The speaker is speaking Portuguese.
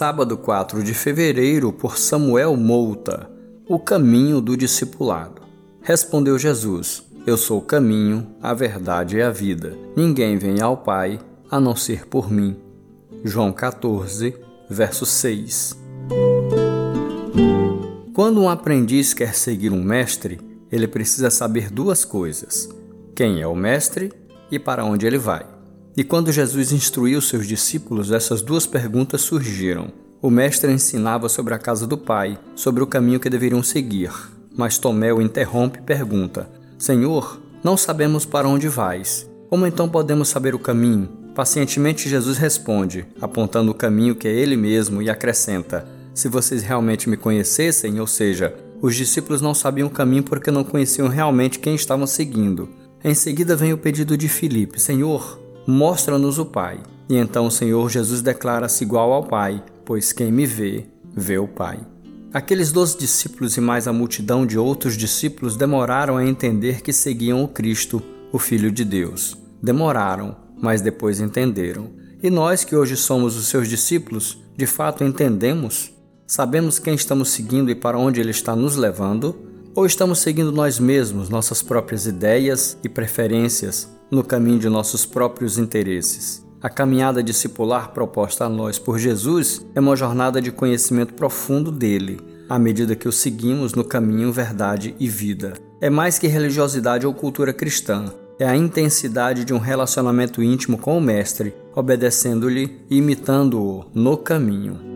sábado 4 de fevereiro, por Samuel Mouta, o caminho do discipulado. Respondeu Jesus: Eu sou o caminho, a verdade e a vida. Ninguém vem ao Pai a não ser por mim. João 14, verso 6. Quando um aprendiz quer seguir um mestre, ele precisa saber duas coisas: quem é o mestre e para onde ele vai. E quando Jesus instruiu seus discípulos, essas duas perguntas surgiram. O mestre ensinava sobre a casa do Pai, sobre o caminho que deveriam seguir. Mas Tomé o interrompe e pergunta: Senhor, não sabemos para onde vais. Como então podemos saber o caminho? Pacientemente Jesus responde, apontando o caminho que é Ele mesmo, e acrescenta: Se vocês realmente me conhecessem, ou seja, os discípulos não sabiam o caminho porque não conheciam realmente quem estavam seguindo. Em seguida vem o pedido de Filipe: Senhor, mostra-nos o Pai. E então o Senhor Jesus declara-se igual ao Pai, pois quem me vê, vê o Pai. Aqueles 12 discípulos e mais a multidão de outros discípulos demoraram a entender que seguiam o Cristo, o Filho de Deus. Demoraram, mas depois entenderam. E nós que hoje somos os seus discípulos, de fato entendemos? Sabemos quem estamos seguindo e para onde Ele está nos levando? Ou estamos seguindo nós mesmos, nossas próprias ideias e preferências, no caminho de nossos próprios interesses? A caminhada discipular proposta a nós por Jesus é uma jornada de conhecimento profundo dele, à medida que o seguimos no caminho, verdade e vida. É mais que religiosidade ou cultura cristã. É a intensidade de um relacionamento íntimo com o Mestre, obedecendo-lhe e imitando-o no caminho.